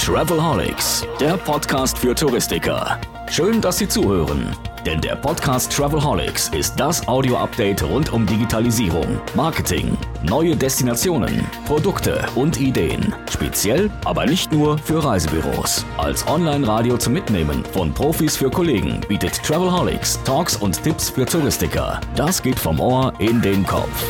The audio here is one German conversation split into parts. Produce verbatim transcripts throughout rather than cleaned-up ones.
Travelholics, der Podcast für Touristiker. Schön, dass Sie zuhören, denn der Podcast Travelholics ist das Audio-Update rund um Digitalisierung, Marketing, neue Destinationen, Produkte und Ideen. Speziell, aber nicht nur für Reisebüros. Als Online-Radio zum Mitnehmen von Profis für Kollegen bietet Travelholics Talks und Tipps für Touristiker. Das geht vom Ohr in den Kopf.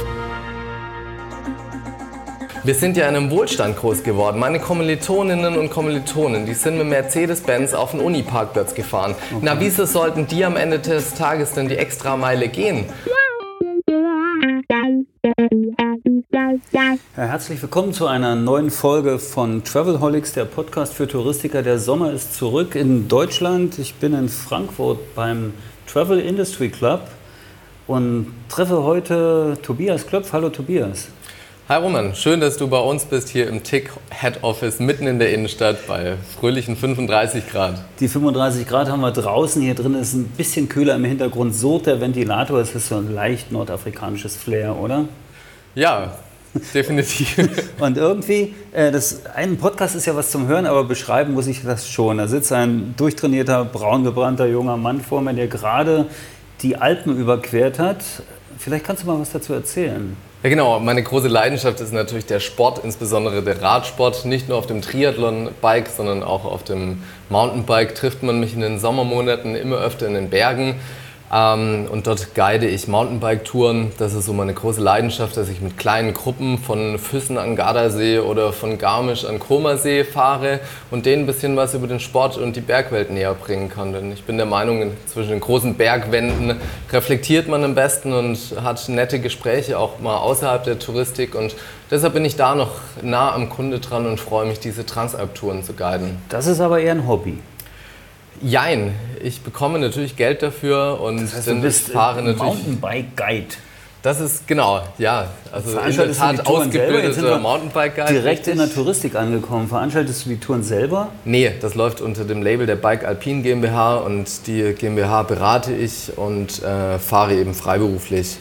Wir sind ja in einem Wohlstand groß geworden. Meine Kommilitoninnen und Kommilitonen, die sind mit Mercedes-Benz auf den Uniparkplatz gefahren. Okay. Na, wieso sollten die am Ende des Tages denn die Extrameile gehen? Ja, herzlich willkommen zu einer neuen Folge von Travelholics, der Podcast für Touristiker. Der Sommer ist zurück in Deutschland. Ich bin in Frankfurt beim Travel Industry Club und treffe heute Tobias Klöpf. Hallo Tobias. Hi Roman, schön, dass du bei uns bist, hier im T I C Head Office mitten in der Innenstadt bei fröhlichen fünfunddreißig Grad. Die fünfunddreißig Grad haben wir draußen, hier drin ist ein bisschen kühler, im Hintergrund surrt der Ventilator, es ist so ein leicht nordafrikanisches Flair, oder? Ja, definitiv. Und irgendwie, äh, das, ein Podcast ist ja was zum Hören, aber beschreiben muss ich das schon. Da sitzt ein durchtrainierter, braungebrannter junger Mann vor mir, der gerade die Alpen überquert hat. Vielleicht kannst du mal was dazu erzählen. Ja genau, meine große Leidenschaft ist natürlich der Sport, insbesondere der Radsport. Nicht nur auf dem Triathlon-Bike, sondern auch auf dem Mountainbike trifft man mich in den Sommermonaten immer öfter in den Bergen. Ähm, und dort guide ich Mountainbike-Touren. Das ist so meine große Leidenschaft, dass ich mit kleinen Gruppen von Füssen an Gardasee oder von Garmisch an Comersee fahre und denen ein bisschen was über den Sport und die Bergwelt näher bringen kann. Denn ich bin der Meinung, zwischen den großen Bergwänden reflektiert man am besten und hat nette Gespräche auch mal außerhalb der Touristik. Und deshalb bin ich da noch nah am Kunde dran und freue mich, diese Transalp-Touren zu guiden. Das ist aber eher ein Hobby. Jein, ich bekomme natürlich Geld dafür und das heißt, du bist fahre natürlich. Mountainbike-Guide. Das ist genau, ja, also in der Tat ausgebildeter Mountainbike-Guide. Direkt richtig. In der Touristik angekommen. Veranstaltest du die Touren selber? Nee, das läuft unter dem Label der Bike Alpine GmbH und die GmbH berate ich und äh, fahre eben freiberuflich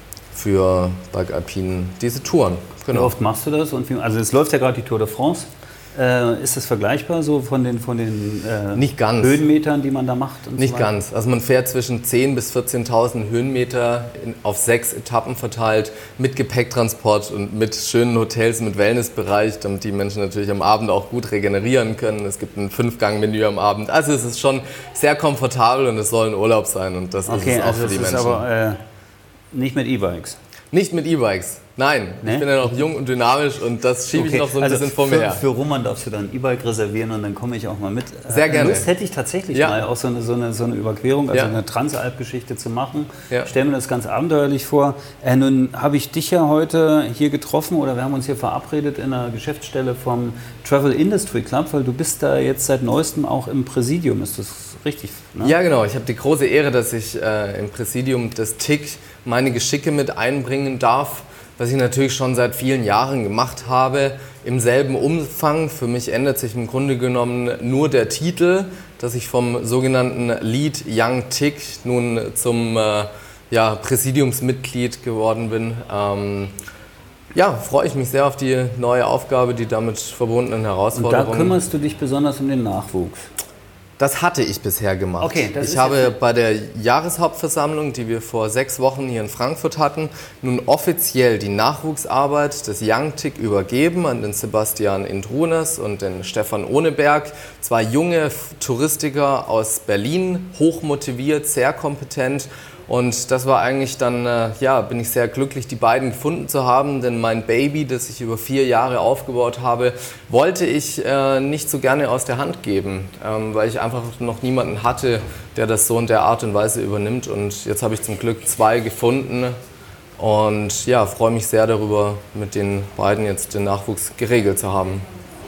für Bike Alpine diese Touren. Genau. Wie oft machst du das? Und wie, also es läuft ja gerade die Tour de France. Äh, ist das vergleichbar so von den, von den äh, Nicht ganz. Höhenmetern, die man da macht? Und Nicht so weiter? ganz. Also man fährt zwischen zehntausend bis vierzehntausend Höhenmeter in, auf sechs Etappen verteilt mit Gepäcktransport und mit schönen Hotels, mit Wellnessbereich, damit die Menschen natürlich am Abend auch gut regenerieren können. Es gibt ein Fünf-Gang-Menü am Abend. Also es ist schon sehr komfortabel und es soll ein Urlaub sein und das okay, ist es auch also für die es ist Menschen. Aber äh, nicht mit E-Bikes? Nicht mit E-Bikes. Nein, nee? Ich bin ja noch jung und dynamisch und das schiebe okay. ich noch so ein also bisschen vor für, mir her. Für Roman darfst du dann ein E-Bike reservieren und dann komme ich auch mal mit. Sehr gerne. Lust hätte ich tatsächlich ja. mal auch so eine, so eine, so eine Überquerung, also ja. eine Transalp-Geschichte zu machen. Ja. Stell mir das ganz abenteuerlich vor. Äh, nun habe ich dich ja heute hier getroffen oder wir haben uns hier verabredet in einer Geschäftsstelle vom Travel Industry Club, weil du bist da jetzt seit neuestem auch im Präsidium, ist das richtig? Ne? Ja genau, ich habe die große Ehre, dass ich äh, im Präsidium des T I C meine Geschicke mit einbringen darf. Was ich natürlich schon seit vielen Jahren gemacht habe, im selben Umfang. Für mich ändert sich im Grunde genommen nur der Titel, dass ich vom sogenannten Lead Young T I C nun zum äh, ja, Präsidiumsmitglied geworden bin. Ähm, ja, freue ich mich sehr auf die neue Aufgabe, die damit verbundenen Herausforderungen. Und da kümmerst du dich besonders um den Nachwuchs? Das hatte ich bisher gemacht. Okay, das ich ist habe bei der Jahreshauptversammlung, die wir vor sechs Wochen hier in Frankfurt hatten, nun offiziell die Nachwuchsarbeit des Young T I C übergeben an den Sebastian Indrunas und den Stefan Ohneberg. Zwei junge Touristiker aus Berlin, hochmotiviert, sehr kompetent. Und das war eigentlich dann, äh, ja, bin ich sehr glücklich, die beiden gefunden zu haben, denn mein Baby, das ich über vier Jahre aufgebaut habe, wollte ich äh, nicht so gerne aus der Hand geben, ähm, weil ich einfach noch niemanden hatte, der das so in der Art und Weise übernimmt. Und jetzt habe ich zum Glück zwei gefunden und ja, freue mich sehr darüber, mit den beiden jetzt den Nachwuchs geregelt zu haben.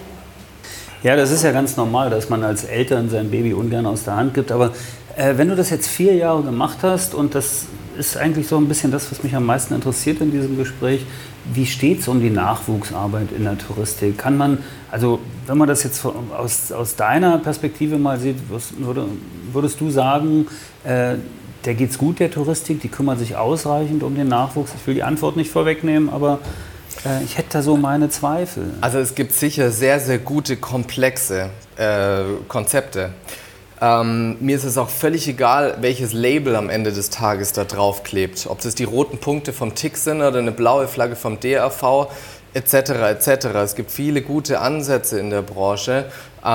Ja, das ist ja ganz normal, dass man als Eltern sein Baby ungern aus der Hand gibt, aber Äh, wenn du das jetzt vier Jahre gemacht hast, und das ist eigentlich so ein bisschen das, was mich am meisten interessiert in diesem Gespräch, wie steht es um die Nachwuchsarbeit in der Touristik? Kann man, also wenn man das jetzt aus, aus deiner Perspektive mal sieht, was, würde, würdest du sagen, äh, der geht's gut, der Touristik, die kümmert sich ausreichend um den Nachwuchs? Ich will die Antwort nicht vorwegnehmen, aber Äh, ich hätte da so meine Zweifel. Also es gibt sicher sehr, sehr gute, komplexe äh, Konzepte. Ähm, mir ist es auch völlig egal, welches Label am Ende des Tages da drauf klebt. Ob das die roten Punkte vom T I C sind oder eine blaue Flagge vom D R V, et cetera et cetera. Es gibt viele gute Ansätze in der Branche.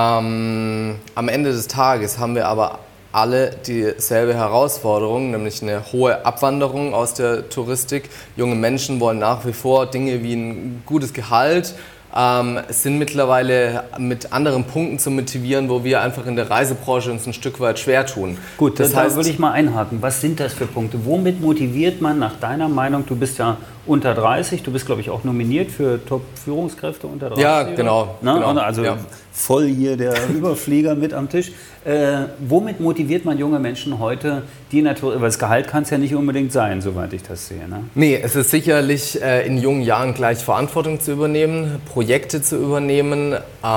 Ähm, am Ende des Tages haben wir aber alle dieselbe Herausforderung, nämlich eine hohe Abwanderung aus der Touristik. Junge Menschen wollen nach wie vor Dinge wie ein gutes Gehalt, ähm, sind mittlerweile mit anderen Punkten zu motivieren, wo wir einfach in der Reisebranche uns ein Stück weit schwer tun. Gut, das da heißt, würde ich mal einhaken. Was sind das für Punkte? Womit motiviert man nach deiner Meinung, du bist ja unter dreißig, du bist, glaube ich, auch nominiert für Top-Führungskräfte unter dreißig. Ja, genau. genau. genau also ja. voll hier der Überflieger mit am Tisch. Äh, womit motiviert man junge Menschen heute, die Natur, weil das Gehalt kann es ja nicht unbedingt sein, soweit ich das sehe. Ne? Nee, es ist sicherlich äh, in jungen Jahren gleich Verantwortung zu übernehmen, Projekte zu übernehmen,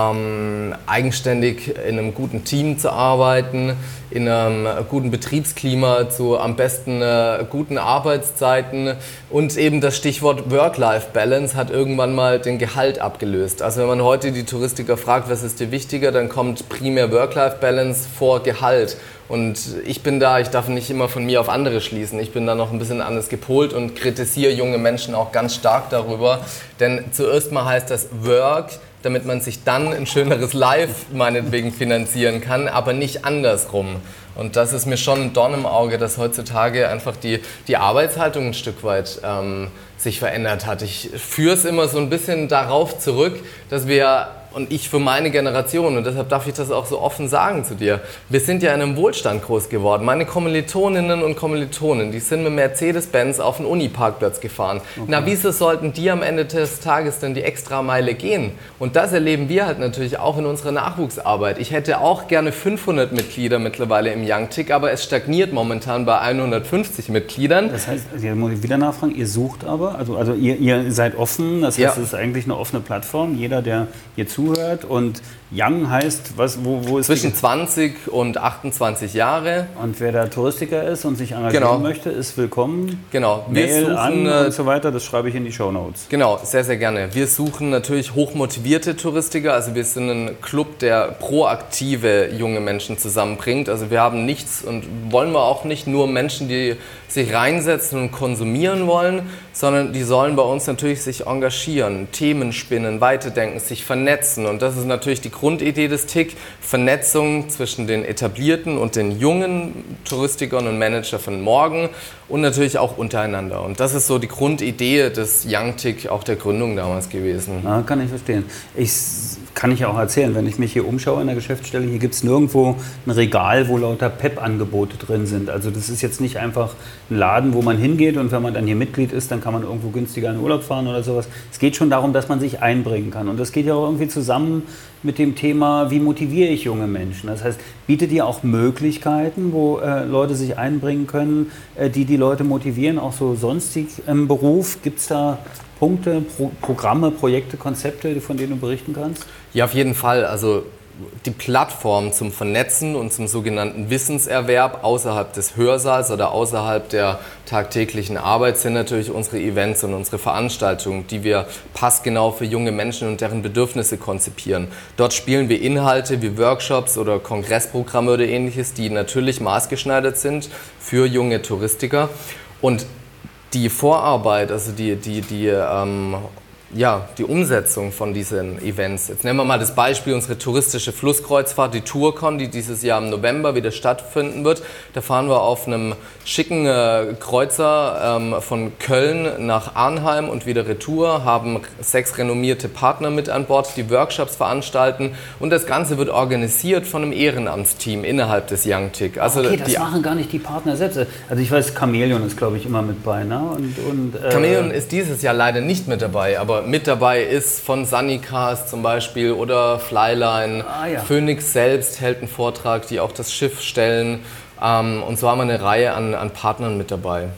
ähm, eigenständig in einem guten Team zu arbeiten, in einem guten Betriebsklima, zu am besten äh, guten Arbeitszeiten und eben das Stichwort Work-Life-Balance hat irgendwann mal den Gehalt abgelöst. Also wenn man heute die Touristiker fragt, was ist dir wichtiger, dann kommt primär Work-Life-Balance vor Gehalt. Und ich bin da, ich darf nicht immer von mir auf andere schließen. Ich bin da noch ein bisschen anders gepolt und kritisiere junge Menschen auch ganz stark darüber. Denn zuerst mal heißt das Work, damit man sich dann ein schöneres Life meinetwegen finanzieren kann, aber nicht andersrum. Und das ist mir schon ein Dorn im Auge, dass heutzutage einfach die, die Arbeitshaltung ein Stück weit ähm, sich verändert hat. Ich führe es immer so ein bisschen darauf zurück, dass wir, und ich für meine Generation, und deshalb darf ich das auch so offen sagen zu dir, wir sind ja in einem Wohlstand groß geworden. Meine Kommilitoninnen und Kommilitonen, die sind mit Mercedes-Benz auf den Uniparkplatz gefahren. Okay. Na, wieso sollten die am Ende des Tages denn die Extrameile gehen? Und das erleben wir halt natürlich auch in unserer Nachwuchsarbeit. Ich hätte auch gerne fünfhundert Mitglieder mittlerweile im Youngtik, aber es stagniert momentan bei hundertfünfzig Mitgliedern. Das heißt, jetzt muss ich wieder nachfragen, ihr sucht aber, also, also ihr, ihr seid offen, das heißt, ja. Es ist eigentlich eine offene Plattform. Jeder, der hier zuhört, und Young heißt, was, wo, wo ist zwischen zwanzig und achtundzwanzig Jahre. Und wer da Touristiker ist und sich engagieren genau. möchte, ist willkommen. Genau. Wir Mail suchen, an und so weiter, das schreibe ich in die Shownotes. Genau, sehr, sehr gerne. Wir suchen natürlich hochmotivierte Touristiker, also wir sind ein Club, der proaktive junge Menschen zusammenbringt. Also wir haben nichts und wollen wir auch nicht nur Menschen, die sich reinsetzen und konsumieren wollen, sondern die sollen bei uns natürlich sich engagieren, Themen spinnen, weiterdenken, sich vernetzen. Und das ist natürlich die Grundidee des T I C, Vernetzung zwischen den etablierten und den jungen Touristikern und Manager von morgen und natürlich auch untereinander. Und das ist so die Grundidee des Youngtik, auch der Gründung damals gewesen. Ja, kann ich verstehen. Ich kann ich auch erzählen, wenn ich mich hier umschaue in der Geschäftsstelle, hier gibt es nirgendwo ein Regal, wo lauter P E P-Angebote drin sind. Also das ist jetzt nicht einfach ein Laden, wo man hingeht und wenn man dann hier Mitglied ist, dann kann man irgendwo günstiger in den Urlaub fahren oder sowas. Es geht schon darum, dass man sich einbringen kann. Und das geht ja auch irgendwie zusammen mit dem Thema, wie motiviere ich junge Menschen. Das heißt, bietet ihr auch Möglichkeiten, wo äh, Leute sich einbringen können, äh, die die Leute motivieren, auch so sonstig im Beruf? Gibt es da Punkte, Pro Programme, Projekte, Konzepte, von denen du berichten kannst? Ja, auf jeden Fall. Also die Plattform zum Vernetzen und zum sogenannten Wissenserwerb außerhalb des Hörsaals oder außerhalb der tagtäglichen Arbeit sind natürlich unsere Events und unsere Veranstaltungen, die wir passgenau für junge Menschen und deren Bedürfnisse konzipieren. Dort spielen wir Inhalte wie Workshops oder Kongressprogramme oder ähnliches, die natürlich maßgeschneidert sind für junge Touristiker. Und die Vorarbeit, also die, die, die ähm, ja, die Umsetzung von diesen Events. Jetzt nehmen wir mal das Beispiel, unsere touristische Flusskreuzfahrt, die Tourcon, die dieses Jahr im November wieder stattfinden wird. Da fahren wir auf einem schicken äh, Kreuzer ähm, von Köln nach Arnheim und wieder retour, haben sechs renommierte Partner mit an Bord, die Workshops veranstalten und das Ganze wird organisiert von einem Ehrenamtsteam innerhalb des Youngtik. Also okay, das die, machen gar nicht die Partner selbst. Also ich weiß, Chamäleon ist, glaube ich, immer mit bei, ne? Und, und, äh Chamäleon ist dieses Jahr leider nicht mit dabei, aber mit dabei ist von Sunnycast zum Beispiel oder Flyline. Ah, ja. Phoenix selbst hält einen Vortrag, die auch das Schiff stellen. Ähm, und so haben wir eine Reihe an, an Partnern mit dabei.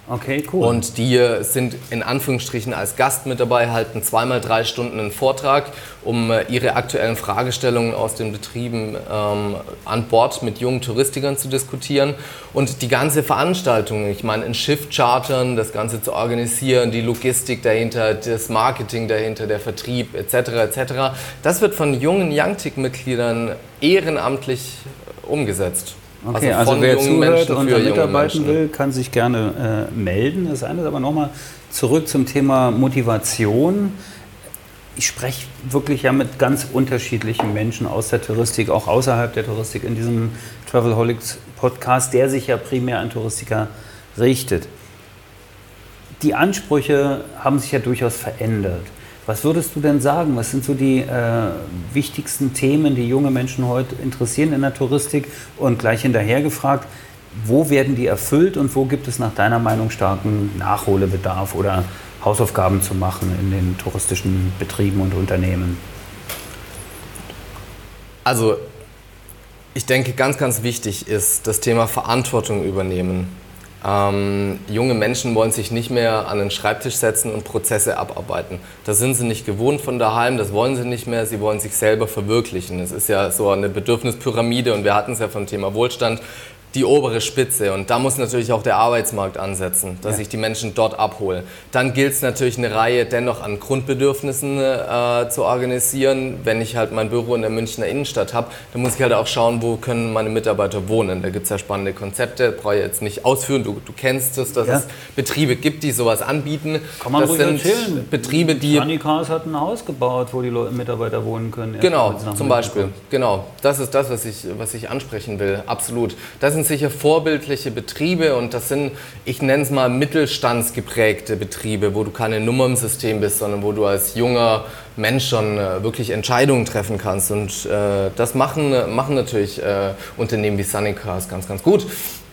Okay, cool. Und die sind in Anführungsstrichen als Gast mit dabei, halten zweimal drei Stunden einen Vortrag, um ihre aktuellen Fragestellungen aus den Betrieben ähm, an Bord mit jungen Touristikern zu diskutieren. Und die ganze Veranstaltung, ich meine, ein Schiff chartern, das Ganze zu organisieren, die Logistik dahinter, das Marketing dahinter, der Vertrieb et cetera et cetera, das wird von jungen Youngtik-Mitgliedern ehrenamtlich umgesetzt. Okay, also, also wer zuhört und da mitarbeiten will, kann sich gerne äh, melden. Das eine ist aber nochmal zurück zum Thema Motivation. Ich spreche wirklich ja mit ganz unterschiedlichen Menschen aus der Touristik, auch außerhalb der Touristik in diesem Travelholics Podcast, der sich ja primär an Touristiker richtet. Die Ansprüche haben sich ja durchaus verändert. Was würdest du denn sagen? Was sind so die äh, wichtigsten Themen, die junge Menschen heute interessieren in der Touristik? Und gleich hinterher gefragt, wo werden die erfüllt und wo gibt es nach deiner Meinung starken Nachholbedarf oder Hausaufgaben zu machen in den touristischen Betrieben und Unternehmen? Also ich denke, ganz, ganz wichtig ist das Thema Verantwortung übernehmen. Ähm, junge Menschen wollen sich nicht mehr an den Schreibtisch setzen und Prozesse abarbeiten. Das sind sie nicht gewohnt von daheim, das wollen sie nicht mehr, sie wollen sich selber verwirklichen. Es ist ja so eine Bedürfnispyramide und wir hatten es ja vom Thema Wohlstand, die obere Spitze, und da muss natürlich auch der Arbeitsmarkt ansetzen, dass ja. ich die Menschen dort abhole. Dann gilt es natürlich, eine Reihe dennoch an Grundbedürfnissen äh, zu organisieren. Wenn ich halt mein Büro in der Münchner Innenstadt habe, dann muss ich halt auch schauen, wo können meine Mitarbeiter wohnen. Da gibt es ja spannende Konzepte, brauche ich jetzt nicht ausführen, du, du kennst es, dass ja. es Betriebe gibt, die sowas anbieten. Kann man das ruhig sind erzählen. Betriebe, die... Sunnycars hat ein Haus gebaut, wo die Leute, Mitarbeiter wohnen können. Genau, zum Beispiel. Genau, das ist das, was ich, was ich ansprechen will, absolut. Das sind sicher vorbildliche Betriebe und das sind, ich nenne es mal, mittelstandsgeprägte Betriebe, wo du keine Nummer im System bist, sondern wo du als junger Mensch schon äh, wirklich Entscheidungen treffen kannst. Und äh, das machen, machen natürlich äh, Unternehmen wie Sunnycars ganz, ganz gut.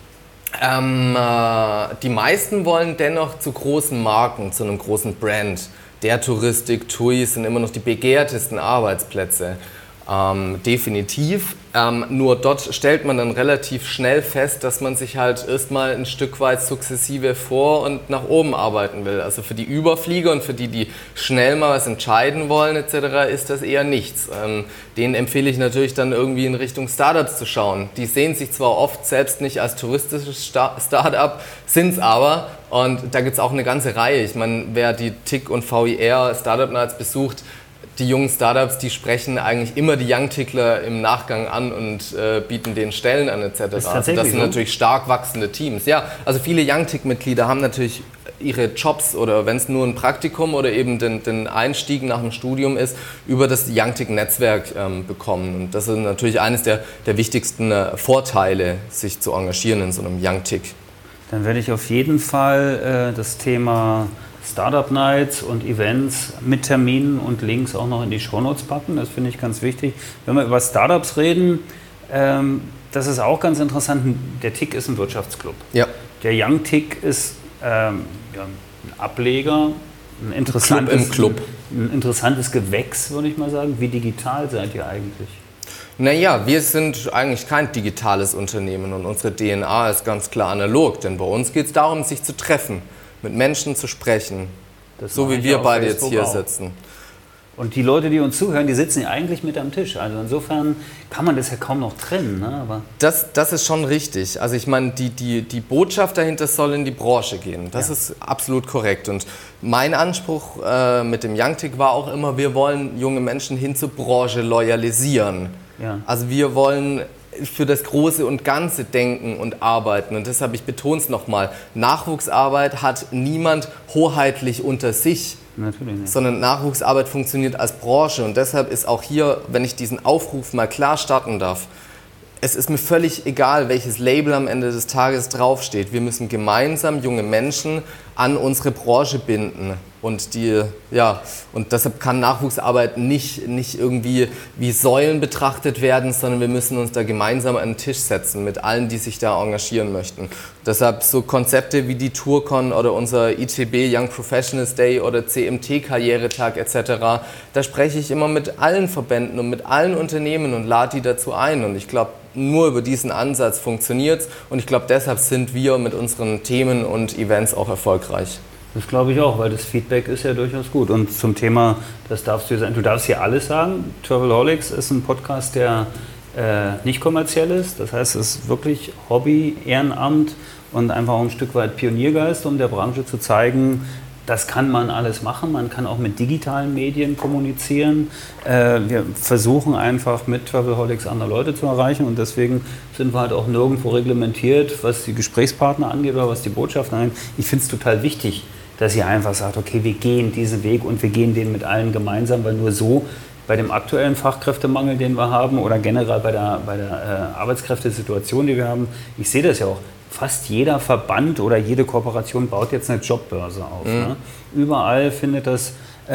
Ähm, äh, die meisten wollen dennoch zu großen Marken, zu einem großen Brand. Der Touristik, T U I sind immer noch die begehrtesten Arbeitsplätze. Ähm, definitiv. Ähm, nur dort stellt man dann relativ schnell fest, dass man sich halt erstmal ein Stück weit sukzessive vor und nach oben arbeiten will. Also für die Überflieger und für die, die schnell mal was entscheiden wollen et cetera, ist das eher nichts. Ähm, denen empfehle ich natürlich dann irgendwie in Richtung Startups zu schauen. Die sehen sich zwar oft selbst nicht als touristisches Star- Startup, sind es aber. Und da gibt es auch eine ganze Reihe. Ich meine, wer die T I C und V I R Startup Nights besucht, die jungen Startups, die sprechen eigentlich immer die Youngtikler im Nachgang an und äh, bieten denen Stellen an et cetera. Also das sind so? natürlich stark wachsende Teams. Ja, also viele Youngtik-Mitglieder haben natürlich ihre Jobs oder wenn es nur ein Praktikum oder eben den, den Einstieg nach dem Studium ist, über das Youngtik-Netzwerk ähm, bekommen. Und das ist natürlich eines der, der wichtigsten äh, Vorteile, sich zu engagieren in so einem Youngtik. Dann werde ich auf jeden Fall äh, das Thema Startup Nights und Events mit Terminen und Links auch noch in die Shownotes packen. Das finde ich ganz wichtig. Wenn wir über Startups reden, ähm, das ist auch ganz interessant. Der T I C ist ein Wirtschaftsclub. Ja. Der Youngtik ist ähm, ja, ein Ableger, ein interessantes, Club im Club. Ein, ein interessantes Gewächs, würde ich mal sagen. Wie digital seid ihr eigentlich? Naja, wir sind eigentlich kein digitales Unternehmen und unsere D N A ist ganz klar analog, denn bei uns geht es darum, sich zu treffen, mit Menschen zu sprechen, das so wie wir beide jetzt hier auch. sitzen. Und die Leute, die uns zuhören, die sitzen ja eigentlich mit am Tisch. Also insofern kann man das ja kaum noch trennen. Ne? Aber das, das ist schon richtig. Also ich meine, die, die, die Botschaft dahinter soll in die Branche gehen. Das ja. ist absolut korrekt. Und mein Anspruch äh, mit dem Youngtik war auch immer, wir wollen junge Menschen hin zur Branche loyalisieren. Ja. Also wir wollen für das Große und Ganze denken und arbeiten. Und deshalb, ich betone es nochmal, Nachwuchsarbeit hat niemand hoheitlich unter sich, Natürlich nicht. sondern Nachwuchsarbeit funktioniert als Branche. Und deshalb ist auch hier, wenn ich diesen Aufruf mal klar starten darf, es ist mir völlig egal, welches Label am Ende des Tages draufsteht. Wir müssen gemeinsam junge Menschen an unsere Branche binden. Und, die, ja, und deshalb kann Nachwuchsarbeit nicht, nicht irgendwie wie Säulen betrachtet werden, sondern wir müssen uns da gemeinsam an den Tisch setzen mit allen, die sich da engagieren möchten. Deshalb so Konzepte wie die TourCon oder unser I T B Young Professionals Day oder C M T Karrieretag et cetera, da spreche ich immer mit allen Verbänden und mit allen Unternehmen und lade die dazu ein. Und ich glaube, nur über diesen Ansatz funktioniert es. Und ich glaube, deshalb sind wir mit unseren Themen und Events auch erfolgreich. Das glaube ich auch, weil das Feedback ist ja durchaus gut. Und zum Thema, das darfst du sagen, du darfst hier alles sagen. Travelholics ist ein Podcast, der äh, nicht kommerziell ist. Das heißt, es ist wirklich Hobby, Ehrenamt und einfach auch ein Stück weit Pioniergeist, um der Branche zu zeigen, das kann man alles machen. Man kann auch mit digitalen Medien kommunizieren. Äh, wir versuchen einfach mit Travelholics andere Leute zu erreichen und deswegen sind wir halt auch nirgendwo reglementiert, was die Gesprächspartner angeht oder was die Botschaften angeht. Ich finde es total wichtig, dass ihr einfach sagt, okay, wir gehen diesen Weg und wir gehen den mit allen gemeinsam, weil nur so bei dem aktuellen Fachkräftemangel, den wir haben oder generell bei der, bei der äh, Arbeitskräftesituation, die wir haben, ich sehe das ja auch, fast jeder Verband oder jede Kooperation baut jetzt eine Jobbörse auf. Mhm. Ne? Überall findet das,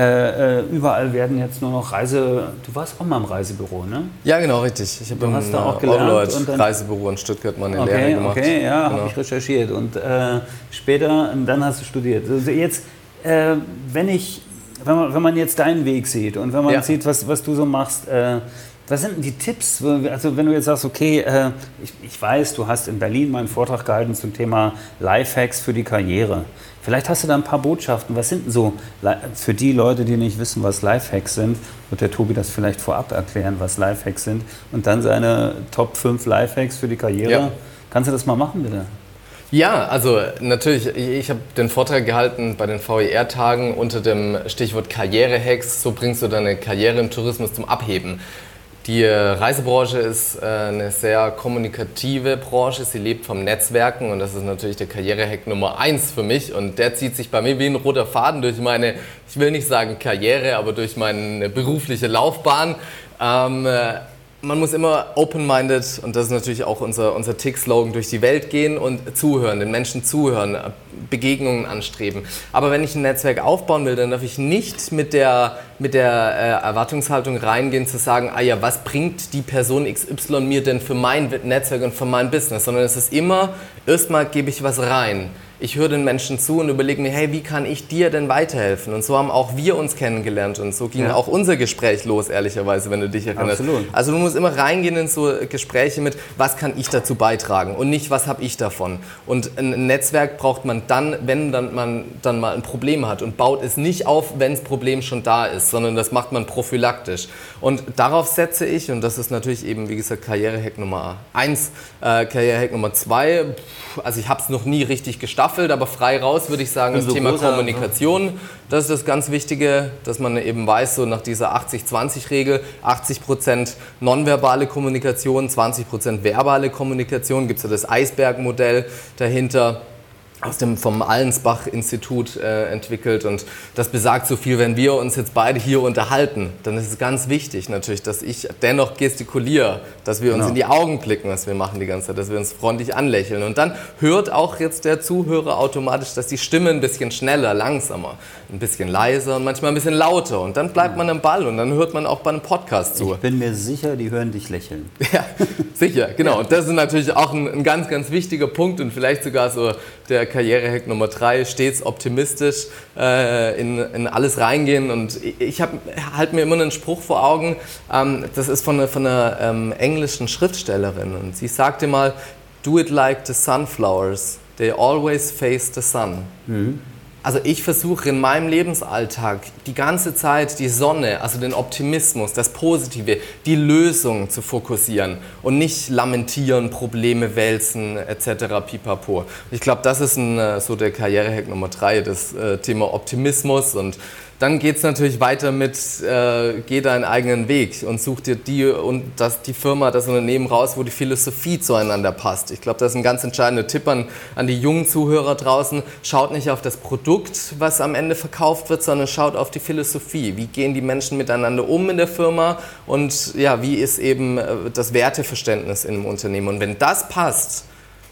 äh, überall werden jetzt nur noch Reise... Du warst auch mal im Reisebüro, ne? Ja, genau, richtig. Ich habe im hast da auch gelernt und dann, Reisebüro in Stuttgart mal eine okay, Lehre gemacht. Okay, ja, genau. habe ich recherchiert. Und äh, später, dann hast du studiert. Also jetzt, äh, wenn ich, wenn man, wenn man jetzt deinen Weg sieht und wenn man ja. sieht, was, was du so machst, äh, was sind denn die Tipps? Also wenn du jetzt sagst, okay, äh, ich, ich weiß, du hast in Berlin mal einen Vortrag gehalten zum Thema Lifehacks für die Karriere. Vielleicht hast du da ein paar Botschaften. Was sind denn so, für die Leute, die nicht wissen, was Lifehacks sind, wird der Tobi das vielleicht vorab erklären, was Lifehacks sind und dann seine Top fünf Lifehacks für die Karriere. Ja. Kannst du das mal machen, bitte? Ja, also natürlich, ich habe den Vortrag gehalten bei den V E R-Tagen unter dem Stichwort Karrierehacks. So bringst du deine Karriere im Tourismus zum Abheben. Die Reisebranche ist eine sehr kommunikative Branche, sie lebt vom Netzwerken und das ist natürlich der Karrierehack Nummer eins für mich und der zieht sich bei mir wie ein roter Faden durch meine, ich will nicht sagen Karriere, aber durch meine berufliche Laufbahn. Ähm, Man muss immer open-minded, und das ist natürlich auch unser, unser Tick-Slogan, durch die Welt gehen und zuhören, den Menschen zuhören, Begegnungen anstreben. Aber wenn ich ein Netzwerk aufbauen will, dann darf ich nicht mit der, mit der äh, Erwartungshaltung reingehen, zu sagen, ah ja, was bringt die Person X Y mir denn für mein Netzwerk und für mein Business, sondern es ist immer, erstmal gebe ich was rein. Ich höre den Menschen zu und überlege mir, hey, wie kann ich dir denn weiterhelfen? Und so haben auch wir uns kennengelernt und so ging ja. auch unser Gespräch los, ehrlicherweise, wenn du dich erinnerst. Absolut. Also du musst immer reingehen in so Gespräche mit, was kann ich dazu beitragen und nicht, was habe ich davon. Und ein Netzwerk braucht man dann, wenn dann man dann mal ein Problem hat und baut es nicht auf, wenn das Problem schon da ist, sondern das macht man prophylaktisch. Und darauf setze ich, und das ist natürlich eben, wie gesagt, Karrierehack Nummer eins, äh, Karrierehack Nummer zwei, also ich habe es noch nie richtig gestaffelt, aber frei raus würde ich sagen, das so Thema großer, Kommunikation, ne? Das ist das ganz Wichtige, dass man eben weiß, so nach dieser achtzig zwanzig Regel, achtzig Prozent nonverbale Kommunikation, zwanzig Prozent verbale Kommunikation, gibt es ja das Eisbergmodell dahinter. Aus dem vom Allensbach-Institut äh, entwickelt und das besagt so viel, wenn wir uns jetzt beide hier unterhalten, dann ist es ganz wichtig natürlich, dass ich dennoch gestikuliere, dass wir uns genau. in die Augen blicken, was wir machen die ganze Zeit, dass wir uns freundlich anlächeln und dann hört auch jetzt der Zuhörer automatisch, dass die Stimme ein bisschen schneller, langsamer, ein bisschen leiser und manchmal ein bisschen lauter und dann bleibt man am Ball und dann hört man auch bei einem Podcast zu. Ich bin mir sicher, die hören dich lächeln. Ja, sicher, genau. Und das ist natürlich auch ein, ein ganz, ganz wichtiger Punkt und vielleicht sogar so der Karrierehack Nummer drei, stets optimistisch äh, in, in alles reingehen. Und ich, ich halte mir immer einen Spruch vor Augen, ähm, das ist von einer, von einer ähm, englischen Schriftstellerin. Und sie sagte mal, do it like the sunflowers, they always face the sun. Mhm. Also ich versuche in meinem Lebensalltag die ganze Zeit die Sonne, also den Optimismus, das Positive, die Lösung zu fokussieren und nicht lamentieren, Probleme wälzen et cetera pipapo. Ich glaube, das ist ein, so der Karrierehack Nummer drei, das äh, Thema Optimismus und dann geht es natürlich weiter mit, äh, geh deinen eigenen Weg und such dir die und das, die Firma, das Unternehmen raus, wo die Philosophie zueinander passt. Ich glaube, das ist ein ganz entscheidender Tipp an, an die jungen Zuhörer draußen. Schaut nicht auf das Produkt, was am Ende verkauft wird, sondern schaut auf die Philosophie. Wie gehen die Menschen miteinander um in der Firma und ja, wie ist eben das Werteverständnis im Unternehmen. Und wenn das passt,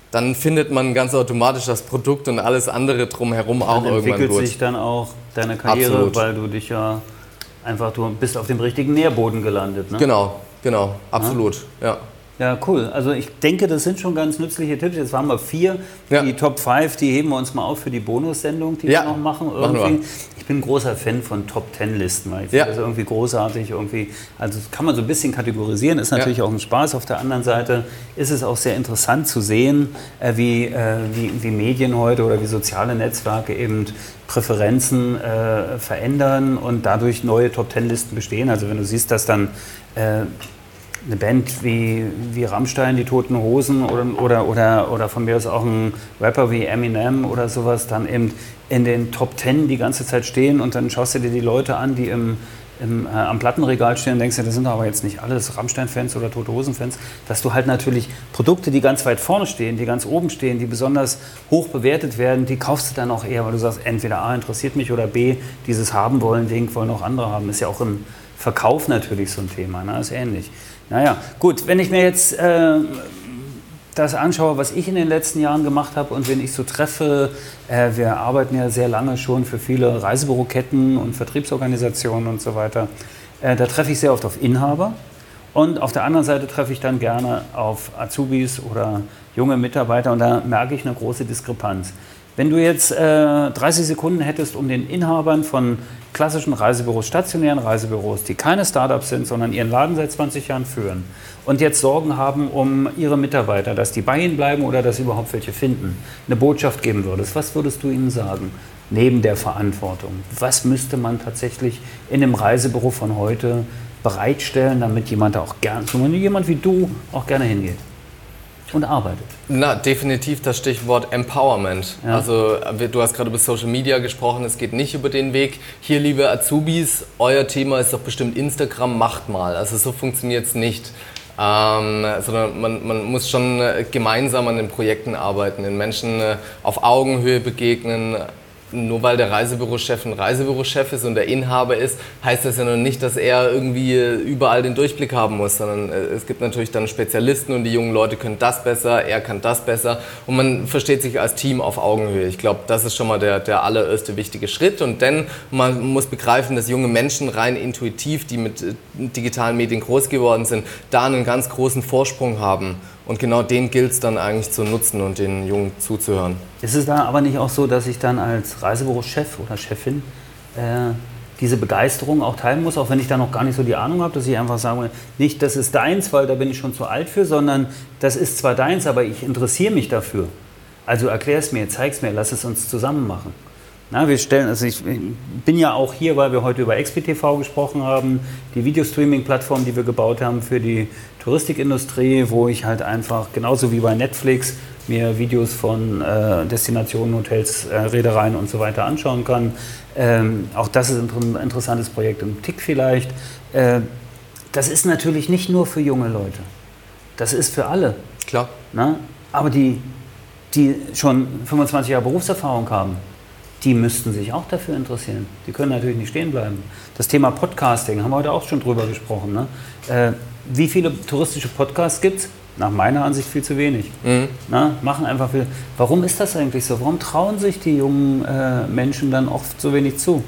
dann findet man ganz automatisch das Produkt und alles andere drumherum auch irgendwann gut. Dann entwickelt sich dann auch deine Karriere, Absolut. weil du dich ja einfach, du bist auf dem richtigen Nährboden gelandet. Ne? Genau, genau, absolut, ja. ja. Ja, cool. Also ich denke, das sind schon ganz nützliche Tipps. Jetzt waren wir vier. Ja. Die Top fünf, die heben wir uns mal auf für die Bonussendung, die ja. wir noch machen. Irgendwie. Machen wir. Ich bin ein großer Fan von Top zehn Listen, weil ich ja. finde das irgendwie großartig. Irgendwie. Also das kann man so ein bisschen kategorisieren, ist natürlich ja. auch ein Spaß. Auf der anderen Seite ist es auch sehr interessant zu sehen, äh, wie, äh, wie, wie Medien heute oder wie soziale Netzwerke eben Präferenzen äh, verändern und dadurch neue Top zehn Listen bestehen. Also wenn du siehst, dass dann äh, eine Band wie, wie Rammstein, die Toten Hosen oder, oder, oder, oder von mir aus auch ein Rapper wie Eminem oder sowas dann eben in den Top zehn die ganze Zeit stehen und dann schaust du dir die Leute an, die im, im, äh, am Plattenregal stehen und denkst dir, das sind aber jetzt nicht alles Rammstein-Fans oder Tote Hosen-Fans, dass du halt natürlich Produkte, die ganz weit vorne stehen, die ganz oben stehen, die besonders hoch bewertet werden, die kaufst du dann auch eher, weil du sagst, entweder A, interessiert mich oder B, dieses haben wollen, Ding wollen auch andere haben. Ist ja auch im Verkauf natürlich so ein Thema, ne? Ist ähnlich. Naja, gut, wenn ich mir jetzt äh, das anschaue, was ich in den letzten Jahren gemacht habe und wenn ich so treffe, äh, wir arbeiten ja sehr lange schon für viele Reisebüroketten und Vertriebsorganisationen und so weiter, äh, da treffe ich sehr oft auf Inhaber und auf der anderen Seite treffe ich dann gerne auf Azubis oder junge Mitarbeiter und da merke ich eine große Diskrepanz. Wenn du jetzt äh, dreißig Sekunden hättest, um den Inhabern von klassischen Reisebüros, stationären Reisebüros, die keine Startups sind, sondern ihren Laden seit zwanzig Jahren führen und jetzt Sorgen haben um ihre Mitarbeiter, dass die bei ihnen bleiben oder dass sie überhaupt welche finden, eine Botschaft geben würdest, was würdest du ihnen sagen, neben der Verantwortung? Was müsste man tatsächlich in einem Reisebüro von heute bereitstellen, damit jemand da auch gerne, jemand wie du auch gerne hingeht und arbeitet? Na, definitiv das Stichwort Empowerment. Ja. Also du hast gerade über Social Media gesprochen, es geht nicht über den Weg. Hier, liebe Azubis, euer Thema ist doch bestimmt Instagram, macht mal. Also so funktioniert es nicht. Ähm, sondern man, man muss schon gemeinsam an den Projekten arbeiten, den Menschen auf Augenhöhe begegnen. Nur weil der Reisebürochef ein Reisebürochef ist und der Inhaber ist, heißt das ja noch nicht, dass er irgendwie überall den Durchblick haben muss, sondern es gibt natürlich dann Spezialisten und die jungen Leute können das besser, er kann das besser und man versteht sich als Team auf Augenhöhe. Ich glaube, das ist schon mal der, der allererste wichtige Schritt und dann man muss begreifen, dass junge Menschen rein intuitiv, die mit digitalen Medien groß geworden sind, da einen ganz großen Vorsprung haben. Und genau den gilt es dann eigentlich zu nutzen und den Jungen zuzuhören. Ist es da aber nicht auch so, dass ich dann als Reisebürochef oder Chefin äh, diese Begeisterung auch teilen muss, auch wenn ich da noch gar nicht so die Ahnung habe, dass ich einfach sage, nicht das ist deins, weil da bin ich schon zu alt für, sondern das ist zwar deins, aber ich interessiere mich dafür. Also erklär es mir, zeig es mir, lass es uns zusammen machen. Na, wir stellen, also ich bin ja auch hier, weil wir heute über X P T V gesprochen haben, die Videostreaming-Plattform, die wir gebaut haben für die Touristikindustrie, wo ich halt einfach, genauso wie bei Netflix, mir Videos von äh, Destinationen, Hotels, äh, Reedereien und so weiter anschauen kann. Ähm, auch das ist ein interessantes Projekt im Tick vielleicht. Äh, das ist natürlich nicht nur für junge Leute, das ist für alle. Klar. Na? Aber die, die schon fünfundzwanzig Jahre Berufserfahrung haben, die müssten sich auch dafür interessieren. Die können natürlich nicht stehen bleiben. Das Thema Podcasting, haben wir heute auch schon drüber gesprochen. Ne? Äh, wie viele touristische Podcasts gibt es? Nach meiner Ansicht viel zu wenig. Mhm. Na, machen einfach viel. Warum ist das eigentlich so? Warum trauen sich die jungen äh, Menschen dann oft so wenig zu?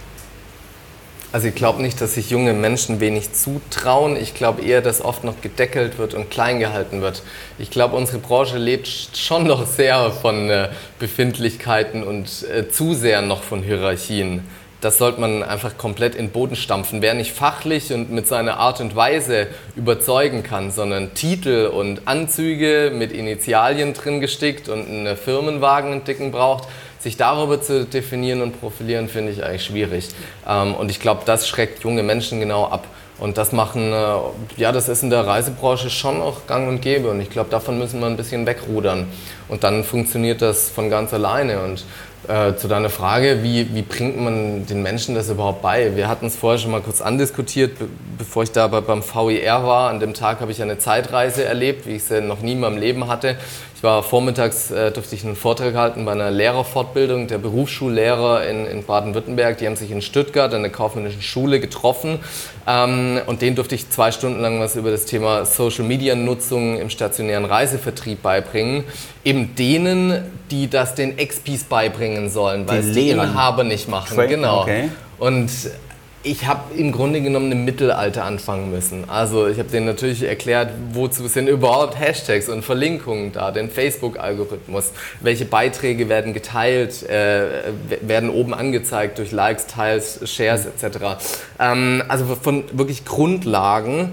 Also ich glaube nicht, dass sich junge Menschen wenig zutrauen. Ich glaube eher, dass oft noch gedeckelt wird und klein gehalten wird. Ich glaube, unsere Branche lebt schon noch sehr von äh, Befindlichkeiten und äh, zu sehr noch von Hierarchien. Das sollte man einfach komplett in den Boden stampfen. Wer nicht fachlich und mit seiner Art und Weise überzeugen kann, sondern Titel und Anzüge mit Initialien drin gestickt und einen Firmenwagen einen dicken braucht, sich darüber zu definieren und profilieren, finde ich eigentlich schwierig. Und ich glaube, das schreckt junge Menschen genau ab. Und das machen, ja, das ist in der Reisebranche schon auch gang und gäbe. Und ich glaube, davon müssen wir ein bisschen wegrudern. Und dann funktioniert das von ganz alleine. Und äh, zu deiner Frage, wie, wie bringt man den Menschen das überhaupt bei? Wir hatten es vorher schon mal kurz andiskutiert, be bevor ich da beim V I R war. An dem Tag habe ich eine Zeitreise erlebt, wie ich sie noch nie in meinem Leben hatte. Ich war vormittags, äh, durfte ich einen Vortrag halten bei einer Lehrerfortbildung der Berufsschullehrer in, in Baden-Württemberg. Die haben sich in Stuttgart an der kaufmännischen Schule getroffen ähm, und denen durfte ich zwei Stunden lang was über das Thema Social-Media-Nutzung im stationären Reisevertrieb beibringen. Eben denen, die das den Expis beibringen sollen, weil es die Inhaber nicht machen. Tra- genau. Okay. Und ich habe im Grunde genommen im Mittelalter anfangen müssen. Also ich habe denen natürlich erklärt, wozu sind überhaupt Hashtags und Verlinkungen da, den Facebook-Algorithmus, welche Beiträge werden geteilt, äh, werden oben angezeigt durch Likes, Teils, Shares et cetera. Ähm, also von wirklich Grundlagen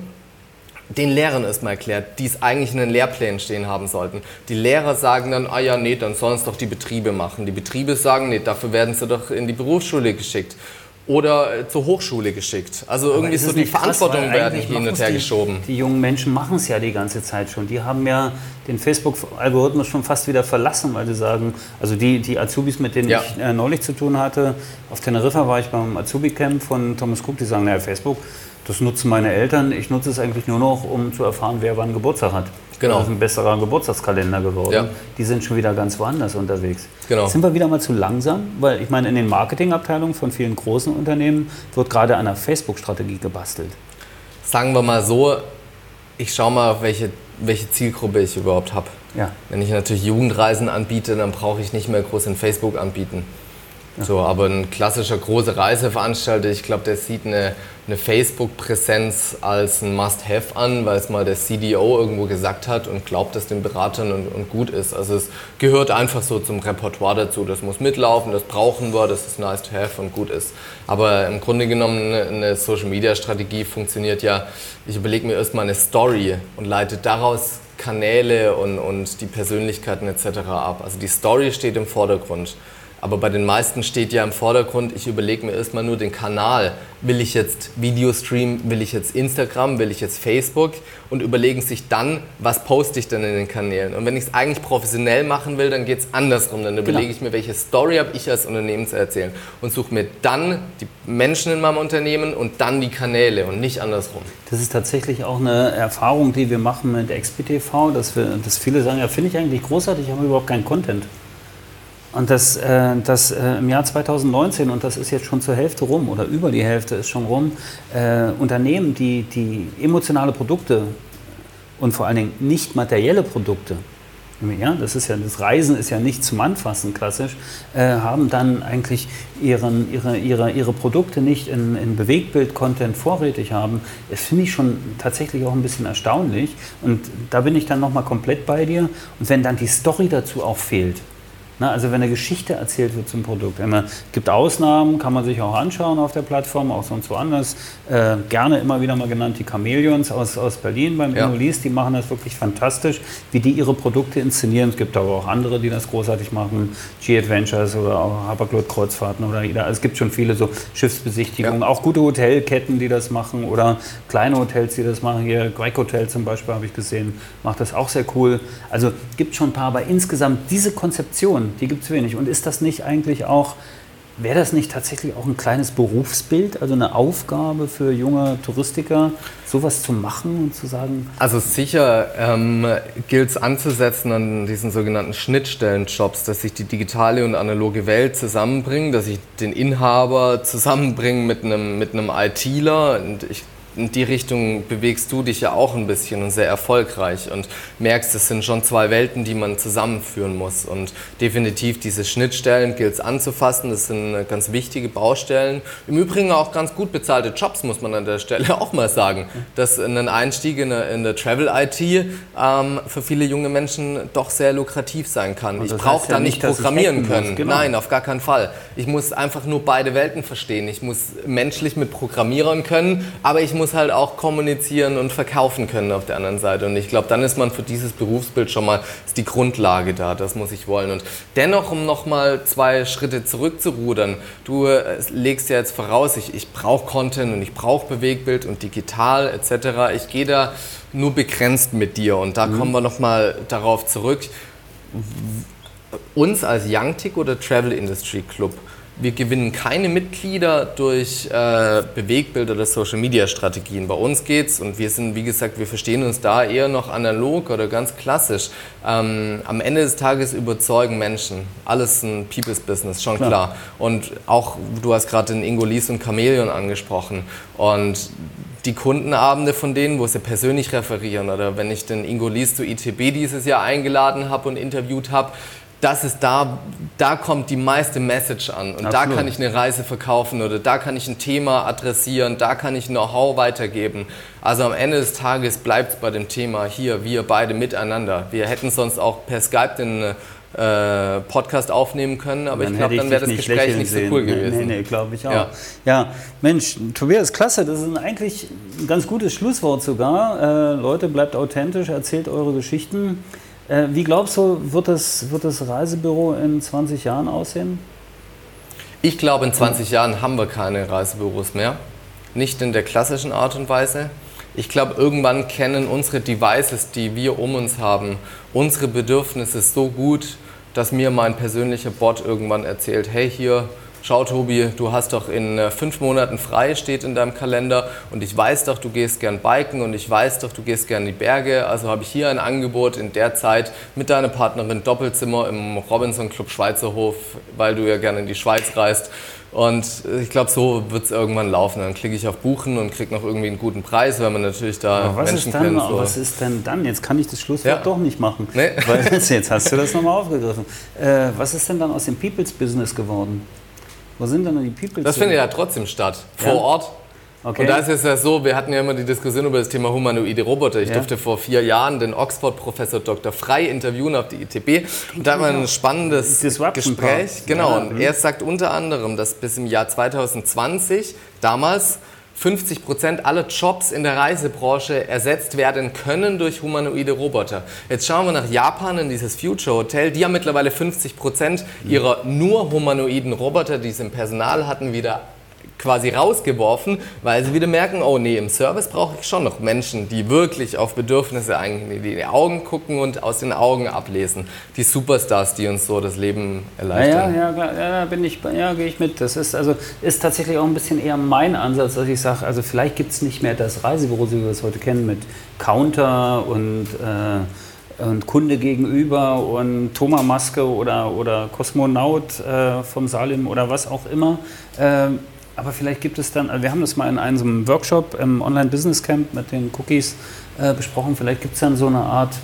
den Lehrern erstmal erklärt, die es eigentlich in den Lehrplänen stehen haben sollten. Die Lehrer sagen dann, ah ja, nee, dann sollen es doch die Betriebe machen. Die Betriebe sagen, nee, dafür werden sie doch in die Berufsschule geschickt. Oder zur Hochschule geschickt. Also aber irgendwie so die Verantwortung krass, werden hin und her die, geschoben. Die jungen Menschen machen es ja die ganze Zeit schon. Die haben ja den Facebook-Algorithmus schon fast wieder verlassen, weil sie sagen, also die, die Azubis, mit denen ja. ich äh, neulich zu tun hatte, auf Teneriffa war ich beim Azubi-Camp von Thomas Cook, die sagen, naja, Facebook, das nutzen meine Eltern, ich nutze es eigentlich nur noch, um zu erfahren, wer wann Geburtstag hat. Genau. Das ist ein besserer Geburtstagskalender geworden. Ja. Die sind schon wieder ganz woanders unterwegs. Genau. Sind wir wieder mal zu langsam? Weil ich meine, in den Marketingabteilungen von vielen großen Unternehmen wird gerade an einer Facebook-Strategie gebastelt. Sagen wir mal so, ich schaue mal, welche, welche Zielgruppe ich überhaupt habe. Ja. Wenn ich natürlich Jugendreisen anbiete, dann brauche ich nicht mehr groß in Facebook anbieten. Ja. So, aber ein klassischer großer Reiseveranstalter, ich glaube, der sieht eine, eine Facebook-Präsenz als ein Must-Have an, weil es mal der C D O irgendwo gesagt hat und glaubt es den Beratern und, und gut ist. Also es gehört einfach so zum Repertoire dazu. Das muss mitlaufen, das brauchen wir, das ist nice to have und gut ist. Aber im Grunde genommen eine, eine Social-Media-Strategie funktioniert ja, ich überlege mir erstmal eine Story und leite daraus Kanäle und, und die Persönlichkeiten et cetera ab. Also die Story steht im Vordergrund. Aber bei den meisten steht ja im Vordergrund, ich überlege mir erstmal nur den Kanal. Will ich jetzt Video streamen, will ich jetzt Instagram, will ich jetzt Facebook und überlegen sich dann, was poste ich denn in den Kanälen. Und wenn ich es eigentlich professionell machen will, dann geht es andersrum. Dann überlege ich mir, welche Story habe ich als Unternehmen zu erzählen und suche mir dann die Menschen in meinem Unternehmen und dann die Kanäle und nicht andersrum. Das ist tatsächlich auch eine Erfahrung, die wir machen mit X P T V, dass, wir, dass viele sagen, ja, finde ich eigentlich großartig, ich habe überhaupt keinen Content. Und das, äh, das äh, im Jahr zweitausendneunzehn, und das ist jetzt schon zur Hälfte rum, oder über die Hälfte ist schon rum, äh, Unternehmen, die, die emotionale Produkte und vor allen Dingen nicht materielle Produkte, ja, das ist ja, das Reisen ist ja nicht zum Anfassen klassisch, äh, haben dann eigentlich ihren, ihre, ihre, ihre Produkte nicht in, in Bewegtbild-Content vorrätig haben. Das finde ich schon tatsächlich auch ein bisschen erstaunlich. Und da bin ich dann nochmal komplett bei dir. Und wenn dann die Story dazu auch fehlt, na, also wenn eine Geschichte erzählt wird zum Produkt. Es gibt Ausnahmen, kann man sich auch anschauen auf der Plattform, auch sonst woanders. Äh, gerne immer wieder mal genannt die Chameleons aus, aus Berlin beim ja. Innolis, die machen das wirklich fantastisch, wie die ihre Produkte inszenieren. Es gibt aber auch andere, die das großartig machen, G-Adventures oder auch Hapag-Lloyd-Kreuzfahrten oder also es gibt schon viele so Schiffsbesichtigungen, ja. auch gute Hotelketten, die das machen oder kleine Hotels, die das machen. Hier Greg Hotel zum Beispiel habe ich gesehen, macht das auch sehr cool. Also gibt schon ein paar, aber insgesamt diese Konzeption, die gibt es wenig. Und ist das nicht eigentlich auch, wäre das nicht tatsächlich auch ein kleines Berufsbild, also eine Aufgabe für junge Touristiker, sowas zu machen und zu sagen? Also sicher ähm, gilt es anzusetzen an diesen sogenannten Schnittstellenjobs, dass sich die digitale und analoge Welt zusammenbringen, dass ich den Inhaber zusammenbringe mit einem, mit einem ITler. Und ich in die Richtung bewegst du dich ja auch ein bisschen und sehr erfolgreich und merkst, es sind schon zwei Welten, die man zusammenführen muss. Und definitiv diese Schnittstellen gilt es anzufassen, das sind ganz wichtige Baustellen. Im Übrigen auch ganz gut bezahlte Jobs, muss man an der Stelle auch mal sagen. Dass ein Einstieg in der, in der Travel-I T ähm, für viele junge Menschen doch sehr lukrativ sein kann. Und ich brauche da ja nicht programmieren können. Muss, genau. Nein, auf gar keinen Fall. Ich muss einfach nur beide Welten verstehen. Ich muss menschlich mit Programmierern können, aber ich muss muss halt auch kommunizieren und verkaufen können auf der anderen Seite. Und ich glaube, dann ist man für dieses Berufsbild schon mal, ist die Grundlage da, das muss ich wollen. Und dennoch, um nochmal zwei Schritte zurückzurudern, du äh, legst ja jetzt voraus, ich, ich brauche Content und ich brauche Bewegtbild und digital et cetera. Ich gehe da nur begrenzt mit dir und da mhm. kommen wir nochmal darauf zurück. Uns als Youngtick oder Travel Industry Club wir gewinnen keine Mitglieder durch äh, Bewegbild- oder Social-Media-Strategien. Bei uns geht's, und wir sind, wie gesagt, wir verstehen uns da eher noch analog oder ganz klassisch. Ähm, am Ende des Tages überzeugen Menschen. Alles ein People's-Business, schon klar. klar. Und auch, du hast gerade den Ingolis und Chamäleon angesprochen. Und die Kundenabende von denen, wo sie persönlich referieren, oder wenn ich den Ingolis zu I T B dieses Jahr eingeladen habe und interviewt habe, das ist da, da kommt die meiste Message an. Und Absolut. Da kann ich eine Reise verkaufen oder da kann ich ein Thema adressieren, da kann ich Know-how weitergeben. Also am Ende des Tages bleibt es bei dem Thema hier, wir beide miteinander. Wir hätten sonst auch per Skype den äh, Podcast aufnehmen können, aber dann ich glaube, dann wäre das Gespräch nicht so cool gewesen. Nee, nee, nee, glaube ich auch. Ja. ja, Mensch, Tobias, klasse, das ist eigentlich ein ganz gutes Schlusswort sogar. Äh, Leute, bleibt authentisch, erzählt eure Geschichten. Wie glaubst du, wird das, wird das Reisebüro in zwanzig Jahren aussehen? Ich glaube, in zwanzig Jahren haben wir keine Reisebüros mehr. Nicht in der klassischen Art und Weise. Ich glaube, irgendwann kennen unsere Devices, die wir um uns haben, unsere Bedürfnisse so gut, dass mir mein persönlicher Bot irgendwann erzählt, hey hier, schau Tobi, du hast doch in fünf Monaten frei, steht in deinem Kalender, und ich weiß doch, du gehst gern biken und ich weiß doch, du gehst gern in die Berge, also habe ich hier ein Angebot in der Zeit mit deiner Partnerin Doppelzimmer im Robinson Club Schweizerhof, weil du ja gerne in die Schweiz reist. Und ich glaube, so wird es irgendwann laufen. Dann klicke ich auf Buchen und kriege noch irgendwie einen guten Preis, weil man natürlich da aber was Menschen ist dann, kennt. So. Was ist denn dann? Jetzt kann ich das Schlusswort ja. doch nicht machen. Nee. Weil jetzt hast du das nochmal aufgegriffen. Äh, was ist denn dann aus dem People's Business geworden? Wo sind denn die People's? Das findet ja trotzdem statt, vor ja? Ort. Okay. Und da ist es ja so, wir hatten ja immer die Diskussion über das Thema humanoide Roboter. Ich ja. durfte vor vier Jahren den Oxford-Professor Doktor Frey interviewen auf die I T B. Und da haben wir ein spannendes Gespräch. Genau, ja. und er sagt unter anderem, dass bis im Jahr zwanzig zwanzig damals fünfzig Prozent aller Jobs in der Reisebranche ersetzt werden können durch humanoide Roboter. Jetzt schauen wir nach Japan in dieses Future Hotel. Die haben mittlerweile fünfzig Prozent ihrer nur humanoiden Roboter, die sie im Personal hatten, wieder quasi rausgeworfen, weil sie wieder merken, oh nee, im Service brauche ich schon noch Menschen, die wirklich auf Bedürfnisse eingehen, die in die Augen gucken und aus den Augen ablesen. Die Superstars, die uns so das Leben erleichtern. Ja, ja, ja, ja, bin ich, ja, gehe ich mit. Das ist, also, ist tatsächlich auch ein bisschen eher mein Ansatz, dass ich sage, also vielleicht gibt es nicht mehr das Reisebüro, wie wir es heute kennen, mit Counter und äh, und Kunde gegenüber und Thomas-Maske oder, oder Kosmonaut äh, vom Salim oder was auch immer. Ähm, aber vielleicht gibt es dann, also wir haben das mal in einem Workshop im Online-Business-Camp mit den Cookies äh, besprochen, vielleicht gibt es dann so eine Art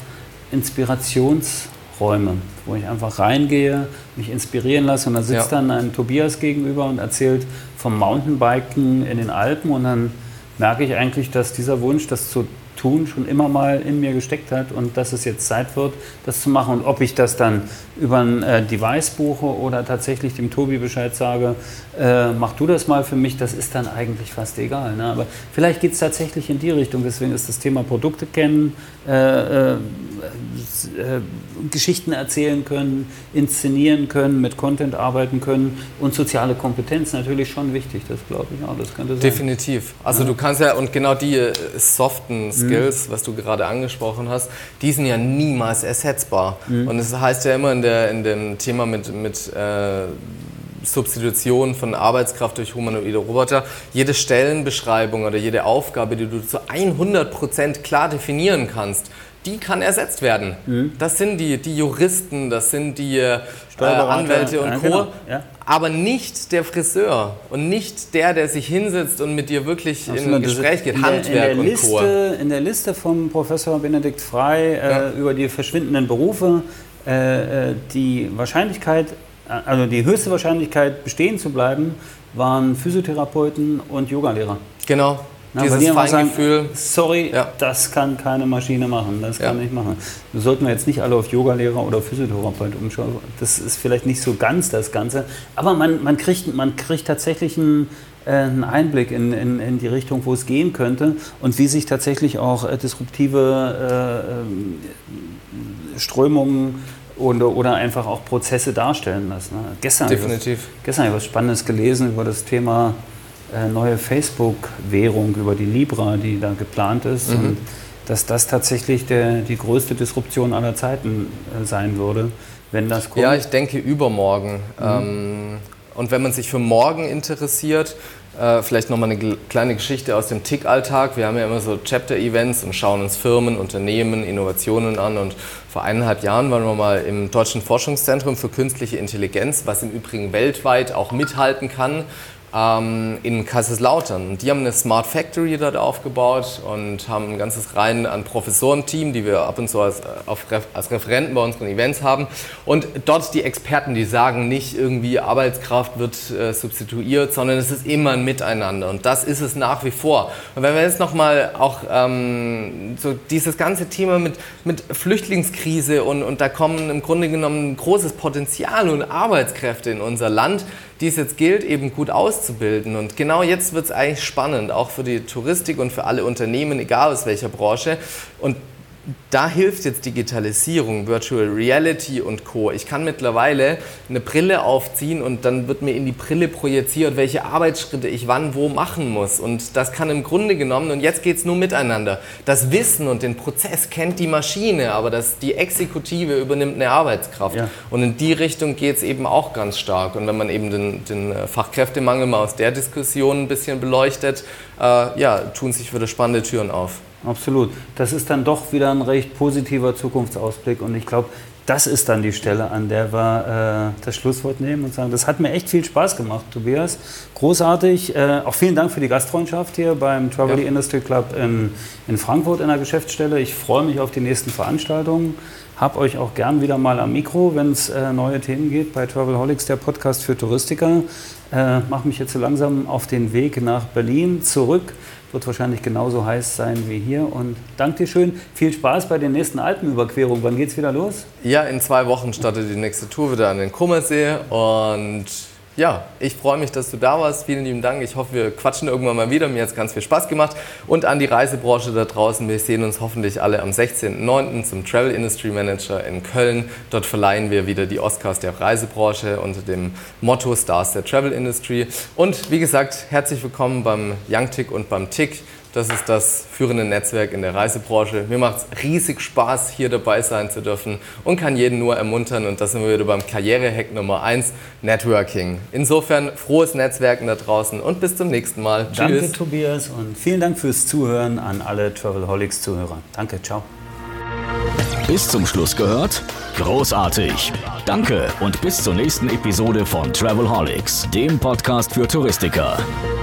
Inspirationsräume, wo ich einfach reingehe, mich inspirieren lasse und da sitzt ja. dann ein Tobias gegenüber und erzählt vom Mountainbiken in den Alpen und dann merke ich eigentlich, dass dieser Wunsch, das zu tun, schon immer mal in mir gesteckt hat und dass es jetzt Zeit wird, das zu machen. Und ob ich das dann über ein äh, Device buche oder tatsächlich dem Tobi Bescheid sage, äh, mach du das mal für mich, das ist dann eigentlich fast egal. Ne? Aber vielleicht geht es tatsächlich in die Richtung. Deswegen ist das Thema Produkte kennen, äh, äh, äh, Geschichten erzählen können, inszenieren können, mit Content arbeiten können und soziale Kompetenz natürlich schon wichtig. Das glaube ich auch. Das könnte sein. Definitiv. Also ja. du kannst ja, und genau die äh, soften Skills, mhm. was du gerade angesprochen hast, die sind ja niemals ersetzbar. Mhm. Und es heißt ja immer in, der, in dem Thema mit, mit äh, Substitution von Arbeitskraft durch humanoide Roboter, jede Stellenbeschreibung oder jede Aufgabe, die du zu hundert Prozent klar definieren kannst, die kann ersetzt werden. Mhm. Das sind die, die Juristen, das sind die äh, Anwälte und ja, Co., genau. ja. aber nicht der Friseur und nicht der, der sich hinsetzt und mit dir wirklich in ein Gespräch geht, Handwerk und Liste, Co. In der Liste vom Professor Benedikt Frey äh, ja. über die verschwindenden Berufe, äh, die Wahrscheinlichkeit, also die höchste Wahrscheinlichkeit bestehen zu bleiben, waren Physiotherapeuten und Yogalehrer. Genau. Na, dieses Feingefühl. Sagen, sorry, ja. das kann keine Maschine machen, das kann ja. ich machen. Wir sollten jetzt nicht alle auf Yogalehrer oder Physiotherapeut umschauen. Das ist vielleicht nicht so ganz das Ganze, aber man, man, kriegt, man kriegt tatsächlich einen, äh, einen Einblick in, in, in die Richtung, wo es gehen könnte und wie sich tatsächlich auch äh, disruptive äh, Strömungen oder, oder einfach auch Prozesse darstellen lassen. Gestern Definitiv. Habe ich, gestern habe ich was Spannendes gelesen über das Thema neue Facebook-Währung, über die Libra, die da geplant ist. Mhm. Und dass das tatsächlich der, die größte Disruption aller Zeiten äh, sein würde, wenn das kommt. Ja, ich denke übermorgen. Mhm. Ähm, Und wenn man sich für morgen interessiert, äh, vielleicht nochmal eine kleine Geschichte aus dem Tick-Alltag. Wir haben ja immer so Chapter-Events und schauen uns Firmen, Unternehmen, Innovationen an. Und vor eineinhalb Jahren waren wir mal im Deutschen Forschungszentrum für künstliche Intelligenz, was im Übrigen weltweit auch mithalten kann, in Kaiserslautern. Und die haben eine Smart Factory dort aufgebaut und haben ein ganzes Reihen an Professorenteam, die wir ab und zu als, auf, als Referenten bei unseren Events haben. Und dort die Experten, die sagen nicht irgendwie Arbeitskraft wird äh, substituiert, sondern es ist immer ein Miteinander. Und das ist es nach wie vor. Und wenn wir jetzt nochmal auch ähm, so dieses ganze Thema mit, mit Flüchtlingskrise und, und da kommen im Grunde genommen ein großes Potenzial und Arbeitskräfte in unser Land, die es jetzt gilt, eben gut auszubilden. Und genau jetzt wird es eigentlich spannend, auch für die Touristik und für alle Unternehmen, egal aus welcher Branche. Und da hilft jetzt Digitalisierung, Virtual Reality und Co. Ich kann mittlerweile eine Brille aufziehen und dann wird mir in die Brille projiziert, welche Arbeitsschritte ich wann wo machen muss. Und das kann im Grunde genommen, und jetzt geht es nur miteinander, das Wissen und den Prozess kennt die Maschine, aber das, die Exekutive übernimmt eine Arbeitskraft. Ja. Und in die Richtung geht es eben auch ganz stark. Und wenn man eben den, den Fachkräftemangel mal aus der Diskussion ein bisschen beleuchtet, äh, ja, tun sich wieder spannende Türen auf. Absolut. Das ist dann doch wieder ein recht positiver Zukunftsausblick und ich glaube, das ist dann die Stelle, an der wir äh, das Schlusswort nehmen und sagen, das hat mir echt viel Spaß gemacht, Tobias. Großartig. Äh, auch vielen Dank für die Gastfreundschaft hier beim Travel ja. Industry Club in, in Frankfurt in der Geschäftsstelle. Ich freue mich auf die nächsten Veranstaltungen. Hab euch auch gern wieder mal am Mikro, wenn es äh, neue Themen geht bei Travelholics, der Podcast für Touristiker. Äh, mache mich jetzt so langsam auf den Weg nach Berlin zurück. Wird wahrscheinlich genauso heiß sein wie hier. Und danke dir schön. Viel Spaß bei den nächsten Alpenüberquerungen. Wann geht's wieder los? Ja, in zwei Wochen startet die nächste Tour wieder an den Kummersee. Und ja, ich freue mich, dass du da warst. Vielen lieben Dank. Ich hoffe, wir quatschen irgendwann mal wieder. Mir hat es ganz viel Spaß gemacht. Und an die Reisebranche da draußen. Wir sehen uns hoffentlich alle am sechzehnten neunten zum Travel Industry Manager in Köln. Dort verleihen wir wieder die Oscars der Reisebranche unter dem Motto Stars der Travel Industry. Und wie gesagt, herzlich willkommen beim Young Tick und beim Tick. Das ist das führende Netzwerk in der Reisebranche. Mir macht es riesig Spaß, hier dabei sein zu dürfen und kann jeden nur ermuntern. Und das sind wir wieder beim Karrierehack Nummer eins, Networking. Insofern frohes Netzwerken da draußen und bis zum nächsten Mal. Danke, Tschüss. Tobias, und vielen Dank fürs Zuhören an alle Travelholics-Zuhörer. Danke, ciao. Bis zum Schluss gehört? Großartig. Danke und bis zur nächsten Episode von Travelholics, dem Podcast für Touristiker.